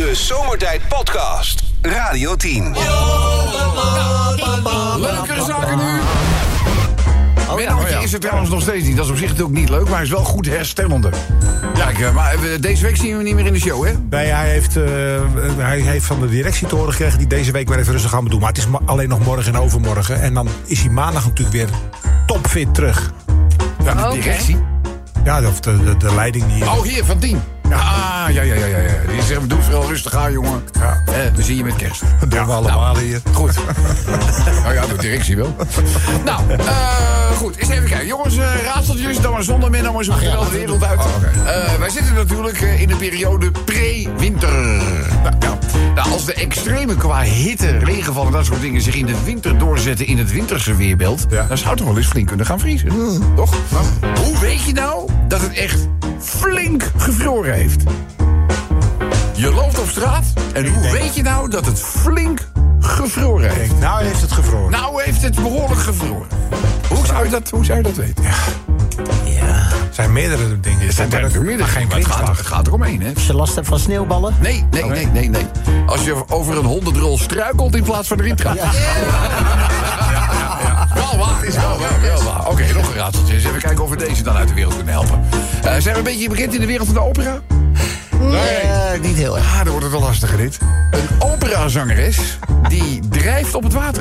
De Zomertijd Podcast. Radio 10. Leukere zaken nu. Mennootje is er trouwens nog steeds niet. Dat is op zich natuurlijk niet leuk, maar hij is wel goed herstellende. Ja, maar deze week zien we hem niet meer in de show, hè? Nee, hij heeft van de directie te horen gekregen die deze week weer even rustig aan doen. Maar het is alleen nog morgen en overmorgen. En dan is hij maandag natuurlijk weer topfit terug. Ja, de directie. Ja, of de leiding die... Oh, hier, van 10. Ja. Die zegt, doe vooral rustig aan, jongen. Ja. Dan zie je met kerst. Dat doen we allemaal hier. Goed. Nou ja, de directie wel. Nou, goed. Eens even kijken. Jongens, raadseltjes, dan maar zonder Menno, maar zo wel de wereld uit. Wij zitten natuurlijk in de periode pre-winter. Nou, als de extreme qua hitte, regenval en dat soort dingen zich in de winter doorzetten in het winterse weerbeeld, dan zou het toch wel eens flink kunnen gaan vriezen. Toch? Nou, hoe weet je nou dat het echt flink gevroren heeft? Je loopt op straat en hoe weet je nou dat het flink gevroren heeft? Nou heeft het gevroren. Nou heeft het behoorlijk gevroren. Hoe zou je dat weten? Ja. Er zijn meerdere dingen. Er zijn meerdere geen het gaat er omheen, hè? Als je last hebt van sneeuwballen? Nee. Als je over een hondendrol struikelt in plaats van erin gaat. Wel waar. Het is wel waar. Oké, nog een raadseltje. Eens even kijken of we deze dan uit de wereld kunnen helpen. Zijn we een beetje bekend in de wereld van de opera? Nee, niet heel erg. Dan wordt het wel lastiger dit. Een operazangeres die drijft op het water.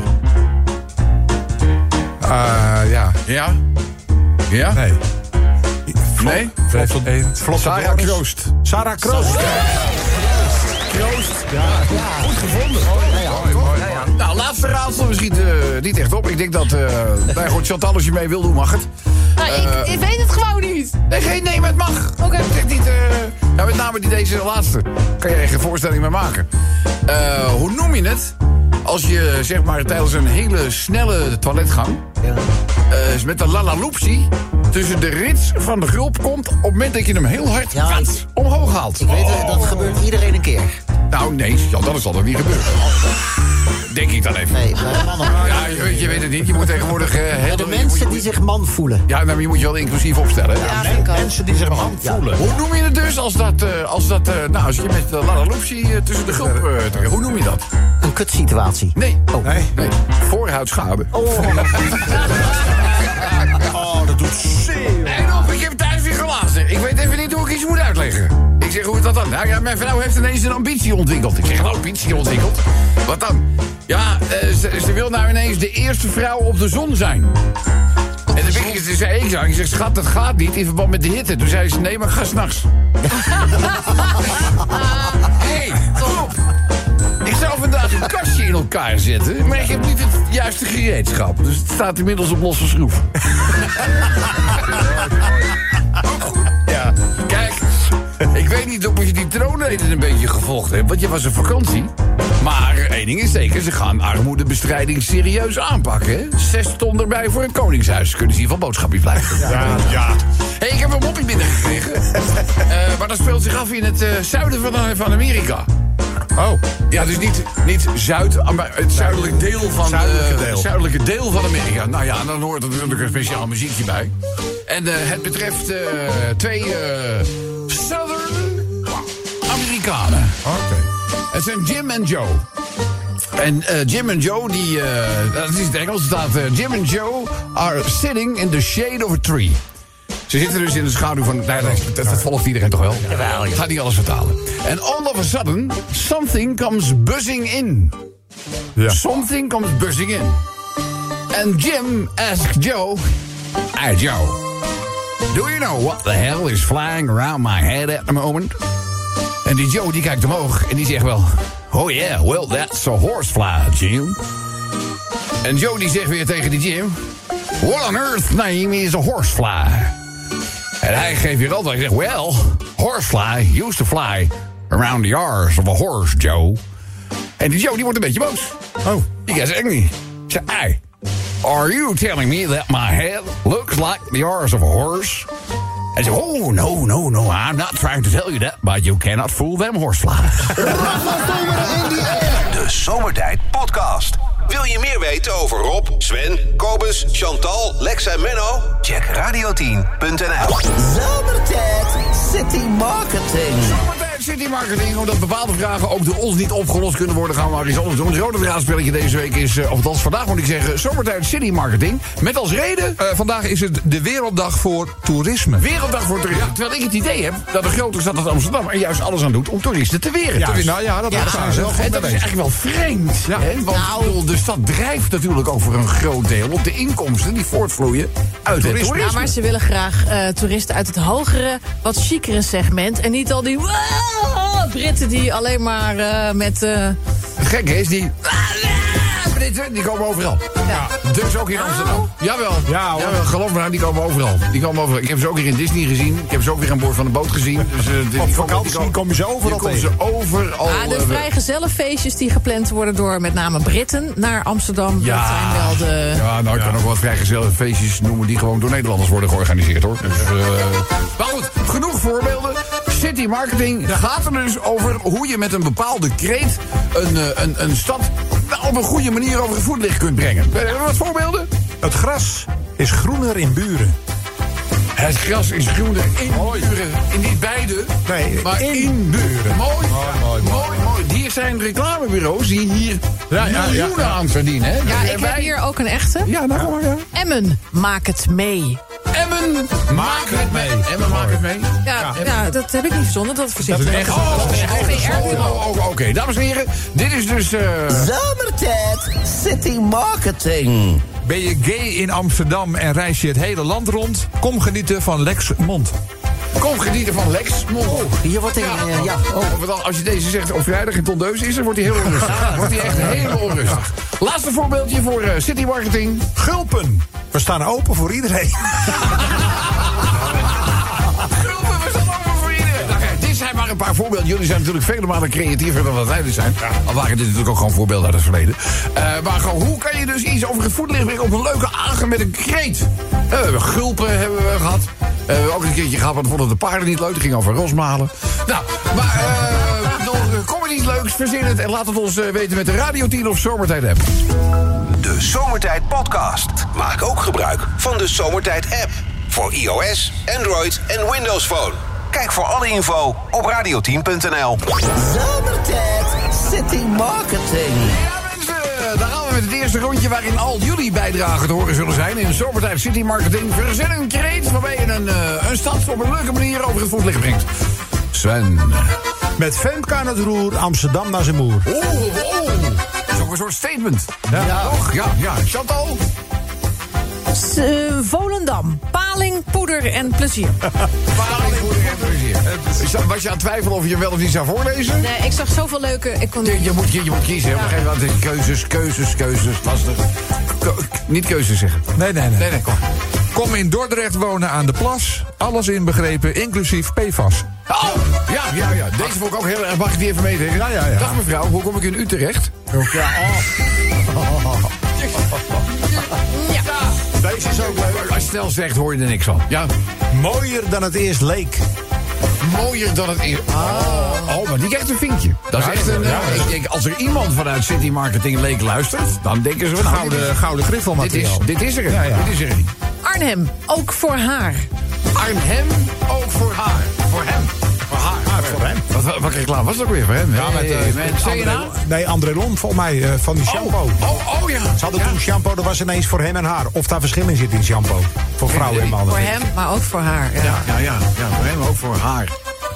Ja. Ja? Ja? Nee. Nee? Sarah Kroost. Sarah Kroost. Kroost. Goed gevonden. Mooi. Nou, laatste raadsel. We schieten niet echt op. Ik denk dat... goed, Chantal, als je mee wil doen, mag het. Nou, ik weet het gewoon niet. Nee, maar het mag. Oké. Zeg niet... met name deze laatste. Kan je geen voorstelling mee maken. Hoe noem je het? Als je, zeg maar, tijdens een hele snelle toiletgang... met de lalaloopsie tussen de rits van de gulp komt... op het moment dat je hem heel hard omhoog haalt. Ik weet dat gebeurt iedereen een keer. Nou, nee, dat zal er niet gebeuren. Denk ik dan even. Nee, maar mannen. Ja, je weet het niet. Je moet tegenwoordig... de mensen die zich man voelen. Ja, nou, je moet je wel inclusief opstellen. Mensen die zich man voelen. Hoe noem je het dus als je met de lalaloopsie tussen de gulp... hoe noem je dat? Een kutsituatie. Nee. Nee. Voorhuidschade. Dat doet zeer. En op, ik heb thuis weer glazen. Ik weet even niet hoe ik iets moet uitleggen. Ik zeg, hoe is dat dan? Nou ja, mijn vrouw heeft ineens een ambitie ontwikkeld. Ik zeg, een ambitie ontwikkeld? Wat dan? Ja, ze wil nou ineens de eerste vrouw op de zon zijn. En toen zei ik zeg, schat, dat gaat niet in verband met de hitte. Toen zei ze, nee, maar ga 's nachts. Hé, op. Ik zou vandaag een kastje in elkaar zetten, maar ik heb niet het juiste gereedschap. Dus het staat inmiddels op losse schroef. Ook goed. Ja, kijk, ik weet niet of je die troonreden een beetje gevolgd hebt, want je was op vakantie. Maar één ding is zeker, ze gaan armoedebestrijding serieus aanpakken. Hè? 6 ton erbij voor een koningshuis. Kunnen ze hier van boodschapje blijven. Ja. Hey, ik heb een moppie binnengekregen. Maar dat speelt zich af in het zuiden van Amerika. Oh. Ja, dus niet maar het zuidelijke deel van zuidelijke deel van Amerika. Nou ja, dan hoort er natuurlijk een speciaal muziekje bij. En het betreft 2 Southern Amerikanen. Oké. Het zijn Jim en Joe. En Jim en Joe, dat is het Engels, staat... Jim en Joe are sitting in the shade of a tree. Ze zitten dus in de schaduw van... Dat volgt iedereen toch wel? Jawel, ik ga niet alles vertalen. En all of a sudden, something comes buzzing in. Ja. Something comes buzzing in. And Jim asked Joe... Hey Joe, do you know what the hell is flying around my head at the moment? En die Joe die kijkt omhoog en die zegt wel... Oh yeah, well that's a horsefly, Jim. En Joe die zegt weer tegen die Jim... What on earth's name is a horsefly? En hij geeft weer antwoord. Hij zegt, well, horsefly used to fly around the arse of a horse, Joe. En die Joe die wordt een beetje boos. Oh. Die gaat zeggen niet. Zeg, hey, are you telling me that my head looks like the arse of a horse? Hij zegt, oh, no, I'm not trying to tell you that, but you cannot fool them horseflies. De Zomertijd Podcast. Wil je meer weten over Rob, Sven, Kobus, Chantal, Lex en Menno? Check radio10.nl. Zomertijd City Marketing. Zomertijd City Marketing. Omdat bepaalde vragen ook door ons niet opgelost kunnen worden, gaan we maar eens anders doen. Het rode draadspelletje deze week is, of althans vandaag moet ik zeggen, Zomertijd City Marketing. Met als reden... vandaag is het de Werelddag voor Toerisme. Werelddag voor Toerisme. Terwijl ik het idee heb dat de grote stad als Amsterdam er juist alles aan doet om toeristen te weren. Nou ja, dat is En dat is eigenlijk wel vreemd. Ja. Hè? Want ik bedoel, de stad drijft natuurlijk ook voor een groot deel op de inkomsten die voortvloeien uit het toerisme. Ja, maar ze willen graag toeristen uit het hogere, wat chicere segment. En niet al die Britten die alleen maar met... Het gekke is, die Britten, die komen overal. Ja. Dus ook in Amsterdam. Jawel. Ja, Jawel, geloof me nou, die komen overal. Ik heb ze ook weer in Disney gezien. Ik heb ze ook weer aan boord van de boot gezien. Dus, op vakantie kom je ze overal tegen. de vrijgezellenfeestjes die gepland worden door met name Britten naar Amsterdam. Dat zijn wel de... Ja, nou, ik kan ook wel wat vrijgezellenfeestjes noemen die gewoon door Nederlanders worden georganiseerd, hoor. Dus, maar goed, genoeg voorbeelden. City Marketing gaat er dus over hoe je met een bepaalde kreet een stad op een goede manier over het voetlicht kunt brengen. Hebben we wat voorbeelden? Het gras is groener in Buren. Het gras is groener in Buren. In niet beide, maar in Buren. Mooi. Hier zijn reclamebureaus die hier miljoenen aan verdienen. Hè? Ja, ik heb hier ook een echte. Ja, nou kom maar. Ja. Emmen, maak het mee. Emmen, maak het mee. Emmen, maak het mee. Ja, dat heb ik niet verzonnen. Dat verzint Dat is echt Oké, dames en heren. Dit is dus... Zomertijd City Marketing. Ben je gay in Amsterdam en reis je het hele land rond? Kom genieten van Lexmond. Kom genieten van Lexmond. Hier wordt Als je deze zegt op vrijdag in Tondeus is, dan wordt hij heel onrustig. Wordt hij echt heel onrustig. Laatste voorbeeldje voor City Marketing. Gulpen. We staan open voor iedereen. Dit zijn maar een paar voorbeelden. Jullie zijn natuurlijk vele malen creatiever dan dat wij dus zijn. Al waren dit natuurlijk ook gewoon voorbeelden uit het verleden. Maar gewoon, hoe kan je dus iets over het voetlicht brengen op een leuke aange met een kreet? Gulpen hebben we gehad. Ook een keertje gehad, maar vonden de paarden niet leuk. Het ging over rosmalen. Nou, maar kom er iets leuks, verzin het en laat het ons weten met de Radio 10 of Zomertijd app. De Zomertijd podcast. Maak ook gebruik van de Zomertijd app. Voor iOS, Android en Windows Phone. Kijk voor alle info op radio10.nl. Zomertijd City Marketing. Daar gaan we met het eerste rondje waarin al jullie bijdragen te horen zullen zijn. In Zomertijd City Marketing. Verzin een kreet waarbij je een stad op een leuke manier over het voetlicht brengt. Sven. Met Femke aan het roer, Amsterdam naar zijn moer. Dat is ook een soort statement. Ja. Toch? Ja. Chantal. Volendam. Paling, poeder en plezier. Paling, poeder en plezier. Was je aan het twijfelen of je hem wel of niet zou voorlezen? Nee, ik zag zoveel leuke... Je moet kiezen. Op een gegeven moment keuzes. Lastig. Niet keuzes zeggen. Nee. Kom. Kom in Dordrecht wonen aan de Plas. Alles inbegrepen, inclusief PFAS. Oh, ja. Deze vond ik ook heel erg. Mag ik die even meedenken? Ja. Dag mevrouw, hoe kom ik in Utrecht? Deze is ook leuk. Als je snel zegt, hoor je er niks van. Ja. Mooier dan het eerst leek. Mooier dan het eerst... Oh, maar die krijgt een vinkje. Dat is echt een... Ik denk, als er iemand vanuit City Marketing Leek luistert, dan denken ze... Gouden griffelmateriaal. Dit is er. Dit is er. Arnhem, ook voor haar. Arnhem, ook voor haar. Voor hem. Voor hem. Wat reclame was dat ook weer voor hem? Ja, met CNA? Nee, André Lon, volgens mij, van die shampoo. Ja. Ze hadden toen shampoo, dat was ineens voor hem en haar. Of daar verschil in zit in shampoo. Voor vrouwen en mannen. Voor hem, maar ook voor haar. Ja, voor hem, ook voor haar.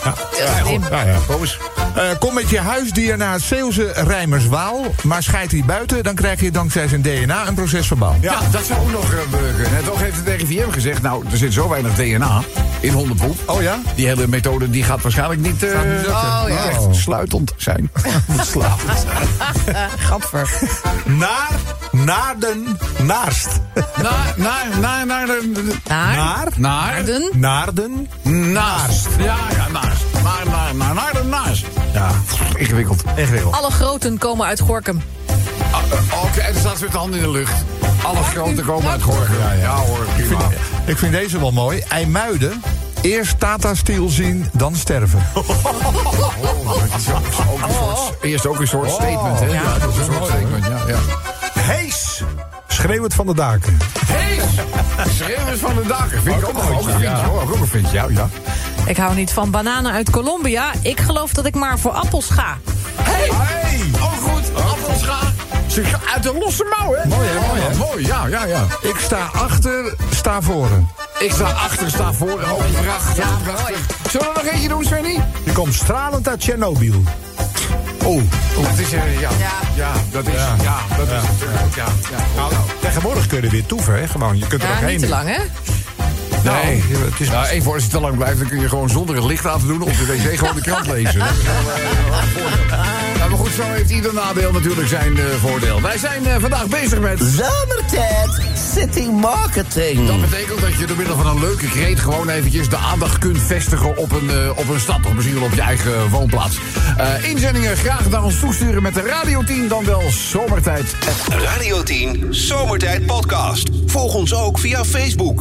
Kom met je huisdier naar het Zeeuwse Rijmerswaal. Maar scheidt hij buiten, dan krijg je dankzij zijn DNA een procesverbaal. Ja, dat zou ook nog kunnen. Toch heeft het RIVM gezegd, nou, er zit zo weinig DNA in hondenpoep. Oh ja? Die hele methode die gaat waarschijnlijk niet echt sluitend zijn. Gadver. Naarden, naarst. Naarden, naarst. Ja, naarst. Naarden, naarst. Ja, ingewikkeld. Alle groten komen uit Gorinchem. Oké, en er staat met de hand in de lucht. Alle groten komen uit Gorinchem. Ja hoor, prima. Ik vind deze wel mooi. IJmuiden. Eerst Tata Steel zien, dan sterven. Eerst ook een soort statement, hè? Ja, dat is een soort statement, ja. Hees, schreeuw het van de daken. Hees, schreeuw het van de daken. Vind ik ook een vindje, hoor. Ook een vindje, ja. Ik hou niet van bananen uit Colombia. Ik geloof dat ik maar voor appels ga. Hey! Ook goed, appelscha. Uit de losse mouw, hè? Mooi, hè? Mooi, hè? Mooi, ja. Ik sta achter, sta voren. Ik sta achter, sta voor. Oh, prachtig. Zullen we nog eentje doen, Svenny? Die komt stralend uit Tsjernobyl. Oh, dat is, dat is, Nou, tegenwoordig kun je weer toeven, hè? Gewoon, je kunt er ook Ja, heen. niet te lang, hè? Nee, het is één voor als je te lang blijft, dan kun je gewoon zonder het licht aan te doen op de wc gewoon de krant lezen. Dat is wel een voordeel. Nou, maar goed, zo heeft ieder nadeel natuurlijk zijn voordeel. Wij zijn vandaag bezig met... Zomertijd City Marketing. Dat betekent dat je door middel van een leuke kreet gewoon eventjes de aandacht kunt vestigen op een stad. Of misschien wel op je eigen woonplaats. Inzendingen graag naar ons toesturen met de Radio 10, dan wel Zomertijd. Radio 10 Zomertijd Podcast. Volg ons ook via Facebook.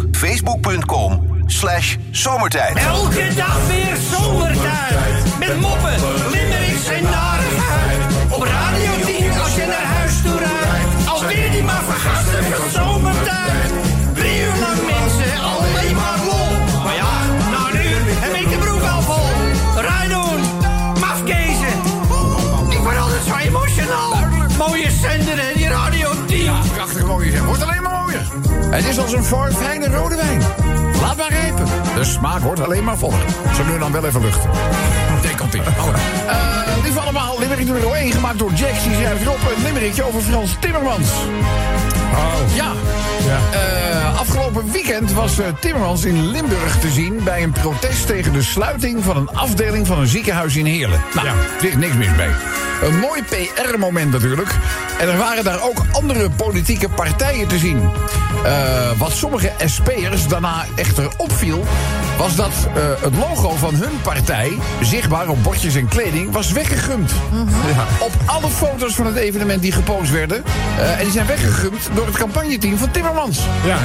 Facebook.com/zomertijd. Elke dag weer zomertijd. Met moppen, limmerings en narigheid. Op Radio 10 als je naar huis toe rijdt. Alweer die maar vergasten van zomertijd. 3 uur lang mensen, alleen maar lol. Maar ja, na een uur heb ik de broek al vol. Rijdoen, mafkezen. Ik word altijd zo emotional. Mooie zender en die Radio 10. Ja, prachtig mooi. Het wordt alleen maar mooier. Het is als een fijne rode wijn. Laat maar rijpen. De smaak wordt alleen maar voller. Zo nu dan wel even luchten. Decanteer. Dit is allemaal limerick nummer 1, gemaakt door Jax. Die schrijft erop een limerickje over Frans Timmermans. Oh. Ja. Afgelopen weekend was Timmermans in Limburg te zien bij een protest tegen de sluiting van een afdeling van een ziekenhuis in Heerlen. Nou, er zit niks mis mee. Een mooi PR-moment natuurlijk. En er waren daar ook andere politieke partijen te zien. Wat sommige SP'ers daarna echter opviel, was dat het logo van hun partij, zichtbaar op bordjes en kleding, was weggegumd. Ja. Op alle foto's van het evenement die gepost werden. En die zijn weggegumd door het campagneteam van Timmermans.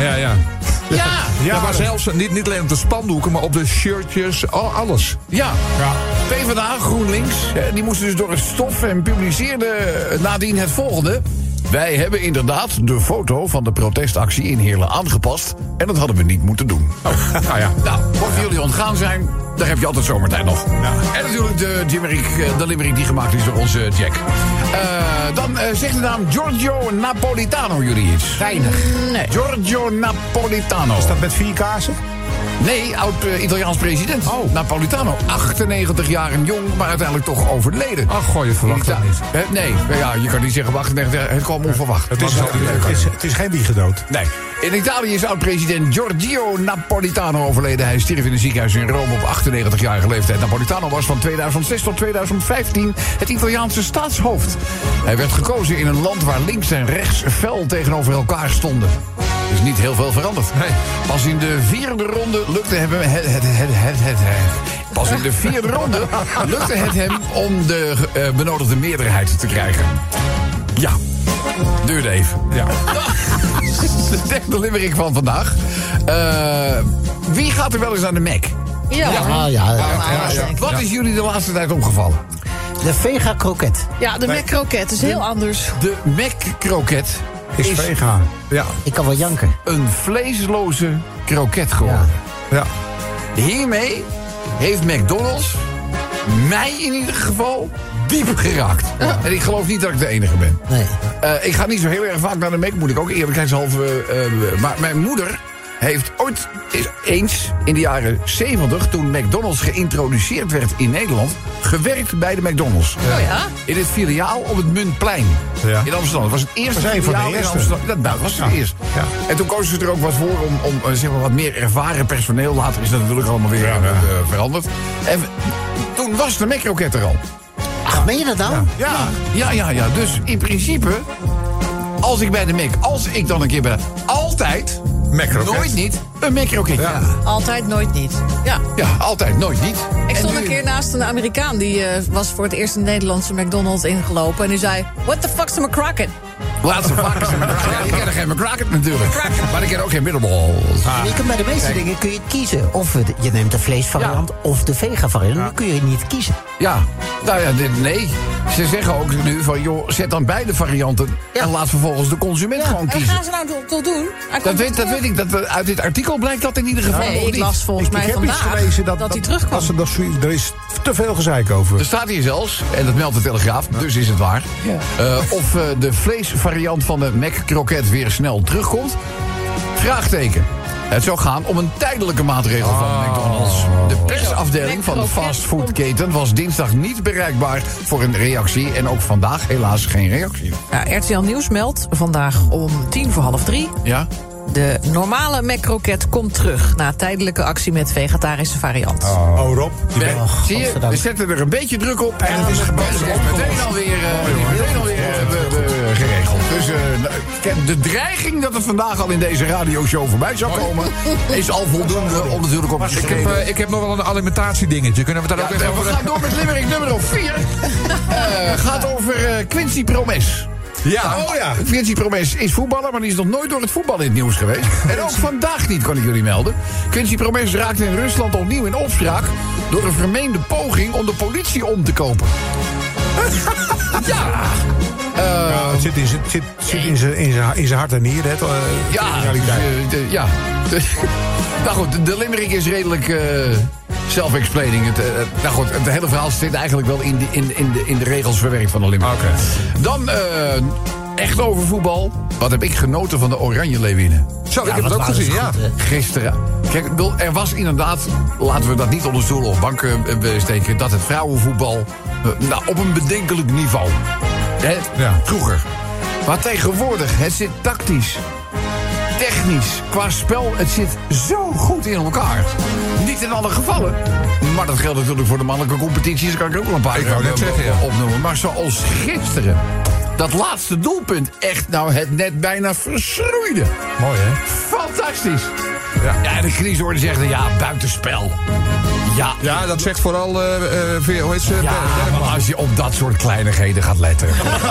Ja, maar zelfs niet alleen op de spandoeken, maar op de shirtjes, alles. Ja. PvdA, GroenLinks, die moesten dus door het stof en publiceerden nadien het volgende. Wij hebben inderdaad de foto van de protestactie in Heerlen aangepast. En dat hadden we niet moeten doen. Nou, mochten jullie ontgaan zijn, daar heb je altijd zomertijd nog. Ja. En natuurlijk de limerick die gemaakt is door onze Jack. Dan zegt de naam Giorgio Napolitano jullie iets? Weinig. Nee. Giorgio Napolitano. Is dat met 4 kaarsen? Nee, oud-Italiaans president. Napolitano, 98 jaar en jong, maar uiteindelijk toch overleden. Ach, goh, je verwacht dat niet. Nee, je kan niet zeggen op 98 jaar, het kwam onverwacht. Het is geen wiegedood. Nee. In Italië is oud-president Giorgio Napolitano overleden. Hij stierf in een ziekenhuis in Rome op 98-jarige leeftijd. Napolitano was van 2006 tot 2015 het Italiaanse staatshoofd. Hij werd gekozen in een land waar links en rechts fel tegenover elkaar stonden. Er is niet heel veel veranderd. Nee. Pas in de vierde ronde lukte hem om de benodigde meerderheid te krijgen. Ja. Duurde even. Ja. De derde limerick van vandaag. Wie gaat er wel eens naar de Mac? Wat is jullie de laatste tijd opgevallen? De Vega kroket. Ja, de Mac kroket is heel anders. De Mac kroket Is vega. Ja. Ik kan wel janken. een vleesloze kroket geworden. Ja. Hiermee heeft McDonald's mij in ieder geval diep geraakt. Ja. En ik geloof niet dat ik de enige ben. Nee. Ik ga niet zo heel erg vaak naar de Mac, moet ik ook eerlijkheidshalve. Maar mijn moeder heeft ooit eens in de jaren 70, toen McDonald's geïntroduceerd werd in Nederland, gewerkt bij de McDonald's. Oh ja? In het filiaal op het Muntplein in Amsterdam. Dat was het eerste filiaal in Amsterdam. Dat was het eerst. Ja. En toen kozen ze er ook wat voor om zeg maar wat meer ervaren personeel. Later is dat natuurlijk allemaal weer veranderd. En toen was de Mac-kroket er al. Ach, meen je dat nou? Ja. Dus in principe, als ik bij de Mac, als ik dan een keer ben, altijd, nooit niet, een Mac-kroket. Ja. Altijd, nooit niet. Ja, altijd, nooit niet. Ik stond een keer naast een Amerikaan. Die was voor het eerst een Nederlandse McDonald's ingelopen. En die zei, what the fuck's a McCracken? Laatste vaker zijn McCracken. Ik ken geen McCracken natuurlijk. Maar ik ken ook geen Bitterballs. En je kunt bij de meeste dingen kun je kiezen. Of je neemt de vleesvariant of de vega-variant. Nu kun je niet kiezen. Ja, nou ja, nee. Ze zeggen ook nu van, joh, zet dan beide varianten... en laat vervolgens de consument gewoon En wat kiezen. gaan ze nou tot doen? Dat weet ik. Uit dit artikel blijkt dat in ieder geval nog Nee, ik niet. las volgens mij Ik heb iets vandaag gelezen dat hij terugkwam. Er is te veel gezeik over. Er staat hier zelfs, en dat meldt de Telegraaf, dus is het waar... of de vleesvariant van de McCroket weer snel terugkomt? Vraagteken. Het zou gaan om een tijdelijke maatregel van McDonald's. De persafdeling van de fastfoodketen was dinsdag niet bereikbaar voor een reactie... en ook vandaag helaas geen reactie. Ja, RTL Nieuws meldt vandaag om 2:45... Ja? de normale McCroket komt terug... na tijdelijke actie met vegetarische variant. Oh, Rob. Zie je, we zetten er een beetje druk op... en het is meteen alweer geregeld. Dus de dreiging dat het vandaag al in deze radioshow voorbij zou komen... is al voldoende om natuurlijk op te schrijven. Ik heb nog wel een alimentatiedingetje. Kunnen we het daar ook even over... We gaan door met limerick nummer 4. Gaat over Quincy Promes. Ja. Oh ja. Quincy Promes is voetballer, maar die is nog nooit door het voetbal in het nieuws geweest. En ook vandaag niet, kan ik jullie melden. Quincy Promes raakte in Rusland opnieuw in opspraak... door een vermeende poging om de politie om te kopen. Ja. Het zit in zijn hart en nieren, hè? Ja, ja. Nou goed, de limerick is redelijk self-explaining. Nou goed, het hele verhaal zit eigenlijk wel in de regels verwerkt van de limerick. Okay. Dan echt over voetbal. Wat heb ik genoten van de Oranje Leeuwinnen. Zo, ik heb het ook gezien, ja. Gisteren. Kijk, er was inderdaad, laten we dat niet onder stoel of bank steken... dat het vrouwenvoetbal op een bedenkelijk niveau. Hè? Ja. Vroeger. Maar tegenwoordig, het zit tactisch, technisch, qua spel, het zit zo goed in elkaar. Niet in alle gevallen. Maar dat geldt natuurlijk voor de mannelijke competities. Daar kan ik ook wel een paar opnoemen. Maar zoals gisteren. Dat laatste doelpunt echt het net bijna verschroeide. Mooi, hè? Fantastisch. Ja, de Kniesoorde zegt, buitenspel. Ja, dat zegt vooral, hoe heet ze? Maar als je op dat soort kleinigheden gaat letten.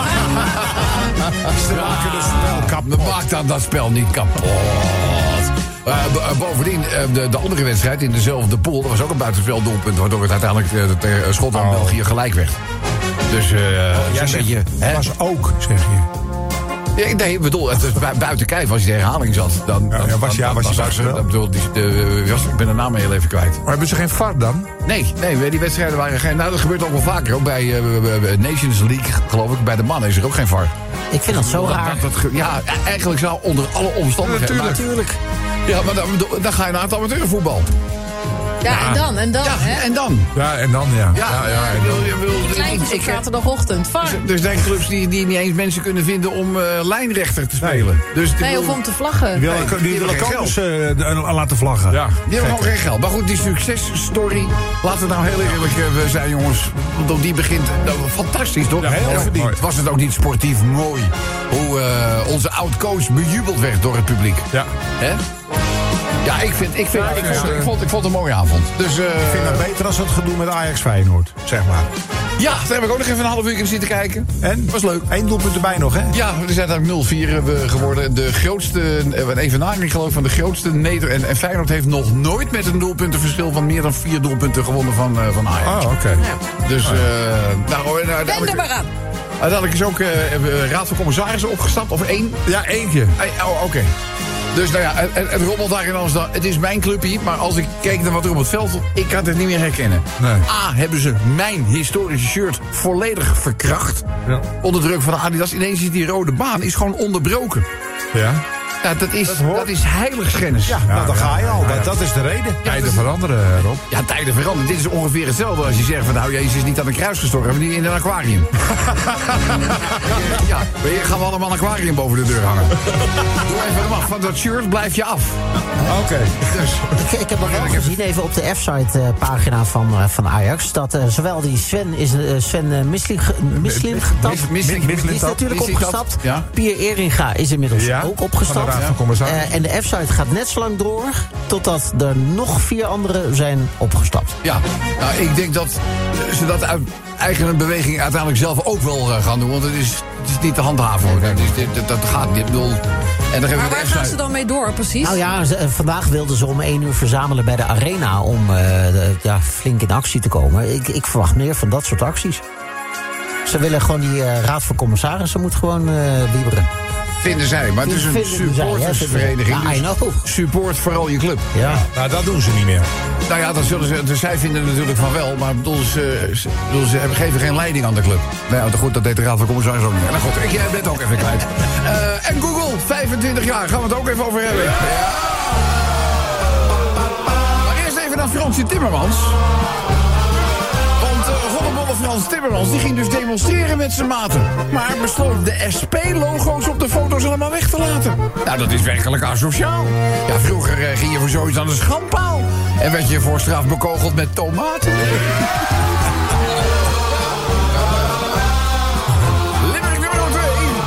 Maak dan dat spel niet kapot. Bovendien, de andere wedstrijd in dezelfde pool... dat was ook een buitenspel doelpunt... waardoor het uiteindelijk tegen Schotland en België gelijk werd. Dus Dat was ook, zeg je. Ja, nee, ik bedoel, het is buiten kijf. Als je de herhaling zat, dan was hij buitenspel. Ik ben de naam heel even kwijt. Maar hebben ze geen VAR dan? Nee, die wedstrijden waren geen... Nou, dat gebeurt ook wel vaker. Ook bij Nations League, geloof ik, bij de mannen is er ook geen VAR. Ik vind dat zo raar. Ja, eigenlijk zou onder alle omstandigheden... Natuurlijk. Ja, maar dan ga je naar het amateurvoetbal. Ja, en dan? Ja, hè? en dan? Ja, en dan, ja. Kleintjes op zaterdagochtend. Er zijn clubs die niet eens mensen kunnen vinden om lijnrechter te spelen. Nee, of om te vlaggen. Die willen coaches laten vlaggen. Ja. Die hebben gewoon geen geld. Maar goed, die successtory, laten we nou heel eerlijk zijn, jongens. Want die begint fantastisch, toch? Ja, heel verdiend. Was het ook niet sportief mooi hoe onze oud-coach bejubeld werd door het publiek? Ja. Hè? Ja, ik vond het een mooie avond. Dus, Ik vind dat beter als het gedoe met Ajax Feyenoord, zeg maar. Ja, daar heb ik ook nog even een half uur in zitten kijken. En? Was leuk. 1 doelpunt erbij nog, hè? Ja, we zijn eigenlijk 0-4 geworden. De grootste, een evenaring geloof ik van de grootste Nederland. En Feyenoord heeft nog nooit met een doelpuntenverschil van meer dan 4 doelpunten gewonnen van Ajax. Oh, oké. Ja. Dus, Ben er maar aan. uiteindelijk is ook Raad van Commissarissen opgestapt, of 1. Ja, eentje. Oké. Dus nou ja, het rommelt daarin als dat. Het is mijn clubje, maar als ik keek naar wat er op het veld stond, ik kan het niet meer herkennen. Nee. A, hebben ze mijn historische shirt volledig verkracht. Ja. Onder druk van Adidas. Ineens is die rode baan is gewoon onderbroken. Ja. Ja, dat is heiligschennis. Ja, dan ga je al. Dat is de reden. Tijden veranderen, Rob. Ja, tijden veranderen. Dit is ongeveer hetzelfde als je zegt van nou, Jezus is niet aan een kruis gestorven, maar niet in een aquarium. Ja, gaan we allemaal een aquarium boven de deur hangen. Doe even hem af. Van dat shirt blijf je af. Oké. Dus. Ik heb nog wel gezien, even op de F-site pagina van Ajax... dat zowel die Sven Mislintat, die is natuurlijk opgestapt. Ja. Pierre Eringa is inmiddels ook opgestapt. Raad van Commissarissen. En de F-site gaat net zo lang door totdat er nog 4 anderen zijn opgestapt. Ja, nou, ik denk dat ze dat uit eigen beweging uiteindelijk zelf ook wel gaan doen. Want het is niet te handhaven, hoor. Dat gaat niet. Ik bedoel, en dan Maar waar gaan ze dan mee door, precies? Nou ja, vandaag wilden ze om 1 uur verzamelen bij de Arena om flink in actie te komen. Ik verwacht meer van dat soort acties. Ze willen gewoon die Raad van Commissarissen moet gewoon wieberen. Vinden zij, maar het is een supportersvereniging. Ja, I know. Support vooral je club. Ja. Nou, dat doen ze niet meer. Nou ja, dat zullen ze. Dus zij vinden natuurlijk van wel, maar ze geven geen leiding aan de club. Nou ja, goed, dat deed de Raad van Commissarissen ook niet. Nou goed, ik ben het ook even kwijt. En Google, 25 jaar, gaan we het ook even over hebben. Ja. Maar eerst even naar Fransje Timmermans. Hollebolle Frans Timmermans die ging dus demonstreren met zijn maten. Maar besloot de SP-logo's op de foto's allemaal weg te laten. Nou, dat is werkelijk asociaal. Ja, vroeger ging je voor zoiets aan de schandpaal. En werd je voor straf bekogeld met tomaten. Limerick nummer 2.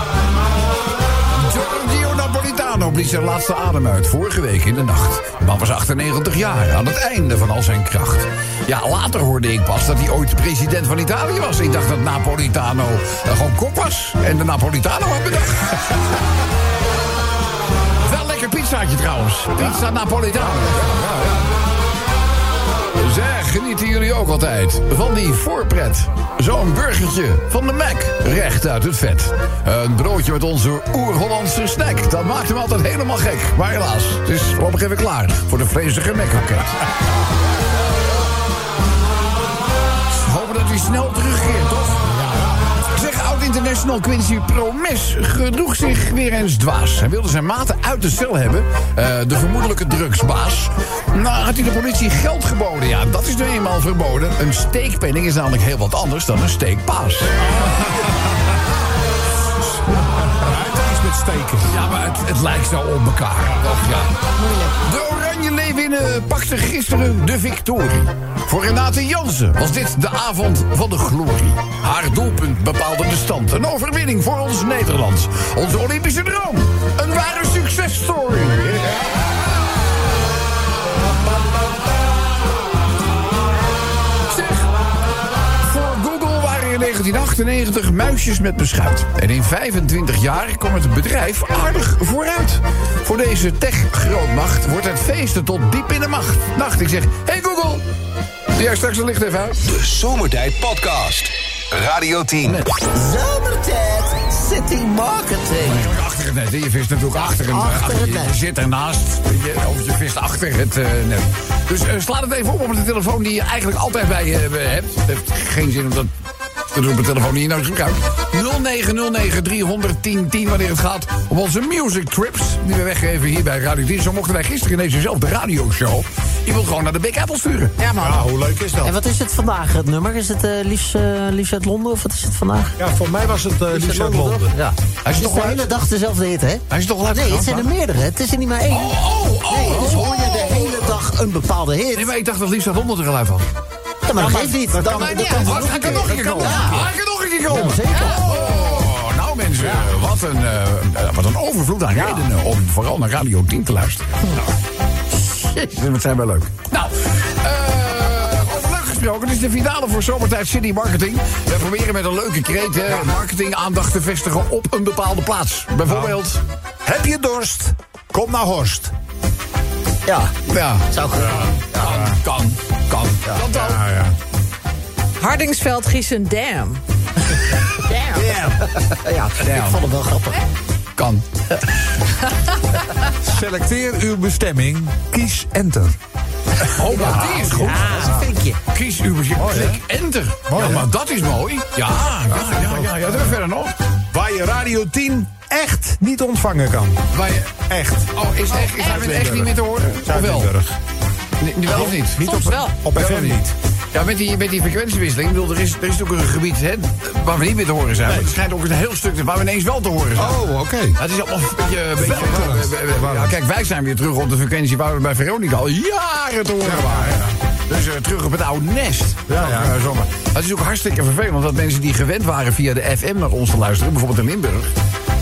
Giorgio Napolitano blies zijn laatste adem uit vorige week in de nacht. De man was 98 jaar, aan het einde van al zijn kracht. Ja, later hoorde ik pas dat hij ooit president van Italië was. Ik dacht dat Napolitano gewoon kok was en de Napolitano had bedacht. Wel lekker pizzaatje trouwens. Pizza Napolitano. Ja. Zeg, genieten jullie ook altijd van die voorpret? Zo'n burgertje van de Mac, recht uit het vet. Een broodje met onze oer-Hollandse snack. Dat maakt hem altijd helemaal gek. Maar helaas, het is voorlopig even klaar voor de vleesige Mac-raket. Hopen dat hij snel terugkeert, toch? Zeg, oud-international Quincy Promes gedroeg zich weer eens dwaas. Hij wilde zijn maten uit de cel hebben, de vermoedelijke drugsbaas. Nou, had hij de politie geld geboden. Ja, dat is nu eenmaal verboden. Een steekpenning is namelijk heel wat anders dan een steekpaas. Steken. Ja, maar het lijkt zo op elkaar. Ja. De Oranje Leeuwinnen pakte gisteren de victorie. Voor Renate Jansen was dit de avond van de glorie. Haar doelpunt bepaalde de stand. Een overwinning voor ons Nederland. Onze Olympische droom. Een ware successtory. In 1998 muisjes met beschuit. En in 25 jaar kwam het bedrijf aardig vooruit. Voor deze tech-grootmacht wordt het feesten tot diep in de nacht. Ik zeg, hey Google, doe jij straks het licht even uit? De Zomertijd Podcast. Radio 10. Zomertijd City Marketing. Achter het net, hè? Je vist natuurlijk achter het net. Je zit ernaast, of je vist achter het net. Dus sla het even op de telefoon die je eigenlijk altijd bij je hebt. Het heeft geen zin om dat te doen op de telefoon die je nodig gebruikt. 0909-300-1010 wanneer het gaat om onze music trips die we weggeven hier bij Radio 10. Zo mochten wij gisteren ineens dezelfde radioshow iemand gewoon naar de Big Apple sturen. Ja, man. Ja, hoe leuk is dat? En wat is het vandaag, het nummer? Is het liefst uit Londen of wat is het vandaag? Ja, voor mij was het liefst uit Londen. Ja. Hij is toch de hele dag dezelfde hit, hè? Hij is toch Nee, het zijn er meerdere. Het is er niet maar één. Nee, dus hoor je de hele dag een bepaalde hit. Nee, maar ik dacht dat liefst uit Londen er al uit had. Ja, maar dat geeft niet. Hij kan nog een keer komen. Hij kan nog een keer komen. Ja, zeker. Oh, nou mensen, wat een overvloed aan redenen om vooral naar Radio 10 te luisteren. Jezus, dat zijn wel leuk. Nou, over leuk gesproken, het is de finale voor Zomertijd City Marketing. We proberen met een leuke kreet marketing aandacht te vestigen op een bepaalde plaats. Bijvoorbeeld, heb je dorst? Kom naar Horst. Ja, zou kunnen. Kan. Ja. Hardingsveld, Giesen, Dam. Ja, ik vond het wel grappig. Kan. Selecteer uw bestemming. Kies enter. Oh, maar die is goed. Ja, dat is een vinkje. Kies uw bestemming. Klik enter. Ja, maar dat is mooi. Ja. Dat is verder nog. Waar je Radio 10 echt niet ontvangen kan. Waar je... Echt. Oh, is hij echt niet meer te horen? Of wel? Nu wel of niet? Soms wel. Op FM niet. Ja, met die frequentiewisseling. Ik bedoel, er is natuurlijk een gebied waar we niet meer te horen zijn. Maar het schijnt ook een heel stuk waar we ineens wel te horen zijn. Oh, oké. Het is allemaal een beetje kijk, wij zijn weer terug op de frequentie waar we bij Veronica al jaren te horen waren. Dus terug op het oude nest. Ja. Het is ook hartstikke vervelend dat mensen die gewend waren via de FM naar ons te luisteren, bijvoorbeeld in Limburg,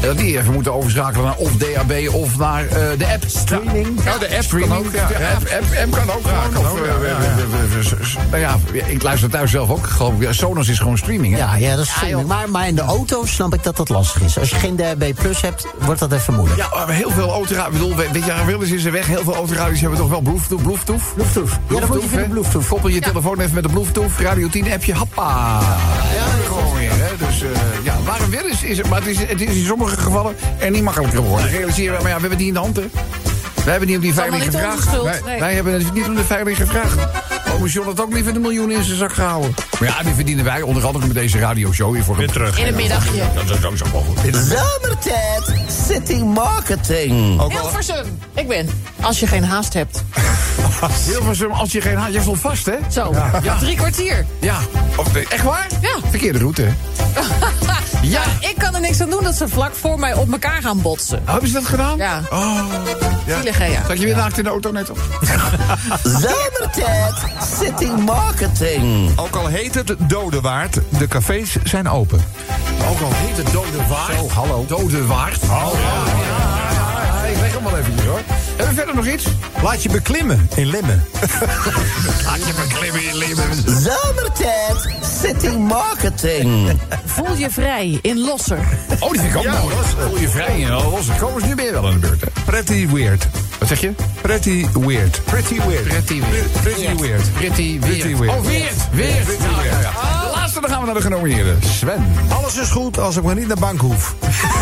En dat die even moeten overschakelen naar of DAB of naar de app. Streaming. Ja, de app kan ook. Ja, App kan ook gewoon. Nou ja, ik luister thuis zelf ook. Sonos is gewoon streaming, hè? Ja, dat is streaming. Maar in de auto snap ik dat lastig is. Als je geen DAB Plus hebt, wordt dat even moeilijk. Ja, maar heel veel autoradio's... Ik bedoel, weet je, Wilders is er weg. Heel veel autoradio's hebben toch wel Bluetooth? Bluetooth. Ja, dat moet je via de Bluetooth. Koppel je telefoon even met de Bluetooth. Radio 10 appje, happa. Ja, gewoon weer, hè. Dus waar een wil is het... Maar het is in sommige gevallen er niet makkelijker geworden. Realiseren we, maar ja, we hebben het niet in de hand, hè. Wij hebben niet op die veiling gevraagd. Wij hebben het niet op de veiling gevraagd. Ome John had ook liever de miljoenen in zijn zak gehouden. Maar ja, die verdienen wij onder andere met deze radioshow hier voor weer terug. In het middagje. Dat is ook zo mogelijk. Zomertijd City Marketing. Hilversum. Ik ben. Als je geen haast hebt. Hilversum, als je geen haast... Jij stond vast, hè? Zo. Ja. 3 kwartier. Ja. Echt waar? Ja. Verkeerde route, hè? Ja. Ik kan er niks aan doen dat ze vlak voor mij op elkaar gaan botsen. Hebben ze dat gedaan? Ja. Oh. Ja. Zielig, hè, ja. Zat je weer naakt in de auto net op? Zomertijd City Marketing. Ook al heet het Dodewaard, de cafés zijn open. Ook al heet het Dodewaard. Zo, hallo. Dodewaard. Oh, ja. Ik leg hem wel even hier, hoor. Hebben we verder nog iets? Laat je beklimmen in Limmen. Laat je beklimmen in Limmen. Zomertijd City Marketing. Voel je vrij in Losser. Oh, die vind ik ook mooi. Voel je vrij in Losser. Komen ze nu weer wel aan de beurt, hè? Pretty weird. Wat zeg je? Pretty weird. Pretty weird. Pretty weird. Pretty weird. Pretty Pretty weird. weird. Oh, weird. De laatste, dan gaan we naar de genomineerden. Sven. Alles is goed als ik maar niet naar bank hoef.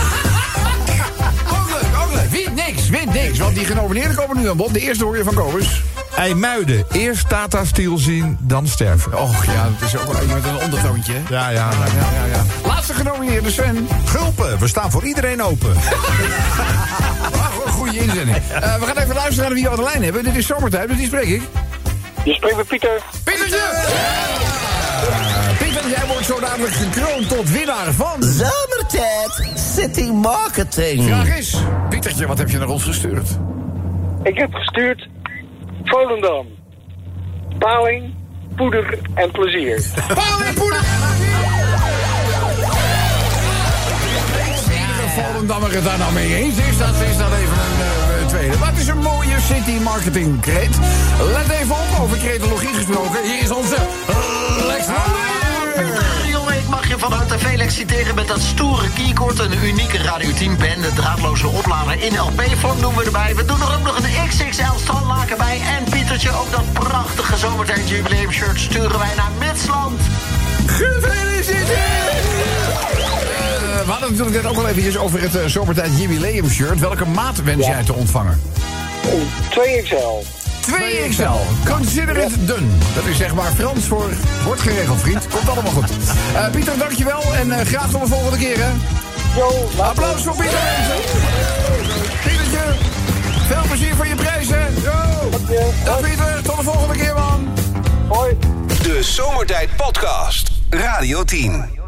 Ook leuk. Wint niks. Want die genomineerden komen nu aan bod. De eerste hoor je van Kobus. IJmuiden. Eerst Tata Steel zien, dan sterven. Och ja, dat is ook wel met een ondertoontje, hè? Ja. Laatste genomineerde, Sven. Gulpen, we staan voor iedereen open. Goeie inzending. We gaan even luisteren naar wie we aan de lijn hebben. Dit is Zomertijd, dus die spreek ik. Je spreekt met Pieter. Pietertje! Pieter, jij wordt zo dadelijk gekroond tot winnaar van... Zomertijd City Marketing. Vraag is, Pietertje, wat heb je naar ons gestuurd? Ik heb gestuurd Volendam. Paling, poeder en plezier. Paling, poeder! Volendammer het daar nou mee eens is, dat is dan even een tweede. Maar het is een mooie city marketing kreet. Let even op, over cretologie gesproken. Hier is onze Lex van Jongen, ik mag je van harte Felix citeren met dat stoere keycord. Een unieke Radio 10 pen, de draadloze oplader in LP-vorm doen we erbij. We doen er ook nog een XXL strandlaken bij. En Pietertje, ook dat prachtige zomertijd jubileumshirt sturen wij naar Mitsland. Gefeliciteerd! We hadden natuurlijk net ook al eventjes over het zomertijd jubileumshirt. Welke maat wens jij te ontvangen? 2XL. 2XL. Consider it done. Dat is zeg maar Frans voor wordt geregeld, vriend. Komt allemaal goed. Pieter, dankjewel en graag tot de volgende keer, hè. Yo, applaus voor Pieter. Pietertje, veel plezier voor je prijs, hè. Dag Pieter, tot de volgende keer, man. Hoi. De Zomertijd Podcast. Radio 10.